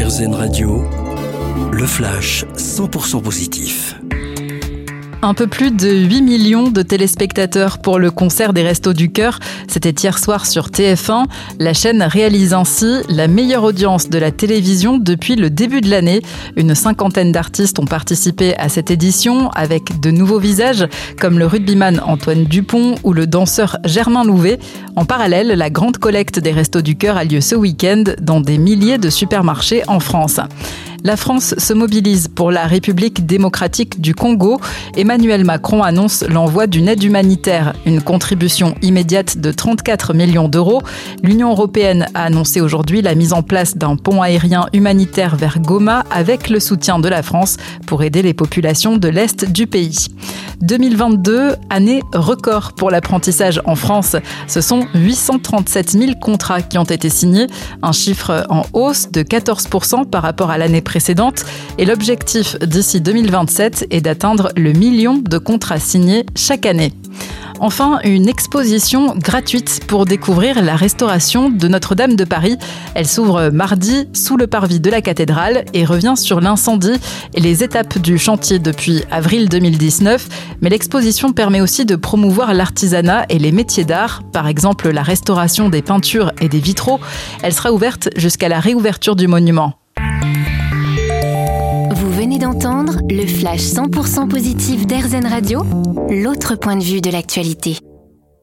RZN Radio, le flash 100% positif. Un peu plus de 8 millions de téléspectateurs pour le concert des Restos du Cœur. C'était hier soir sur TF1. La chaîne réalise ainsi la meilleure audience de la télévision depuis le début de l'année. Une cinquantaine d'artistes ont participé à cette édition avec de nouveaux visages comme le rugbyman Antoine Dupont ou le danseur Germain Louvet. En parallèle, la grande collecte des Restos du Cœur a lieu ce week-end dans des milliers de supermarchés en France. La France se mobilise pour la République démocratique du Congo. Emmanuel Macron annonce l'envoi d'une aide humanitaire, une contribution immédiate de 34 millions d'euros. L'Union européenne a annoncé aujourd'hui la mise en place d'un pont aérien humanitaire vers Goma avec le soutien de la France pour aider les populations de l'Est du pays. 2022, année record pour l'apprentissage en France. Ce sont 837 000 contrats qui ont été signés, un chiffre en hausse de 14% par rapport à l'année précédente. Et l'objectif d'ici 2027 est d'atteindre le million de contrats signés chaque année. Enfin, une exposition gratuite pour découvrir la restauration de Notre-Dame de Paris. Elle s'ouvre mardi sous le parvis de la cathédrale et revient sur l'incendie et les étapes du chantier depuis avril 2019. Mais l'exposition permet aussi de promouvoir l'artisanat et les métiers d'art, par exemple la restauration des peintures et des vitraux. Elle sera ouverte jusqu'à la réouverture du monument. Vous venez d'entendre le flash 100% positif d'RZN Radio, l'autre point de vue de l'actualité.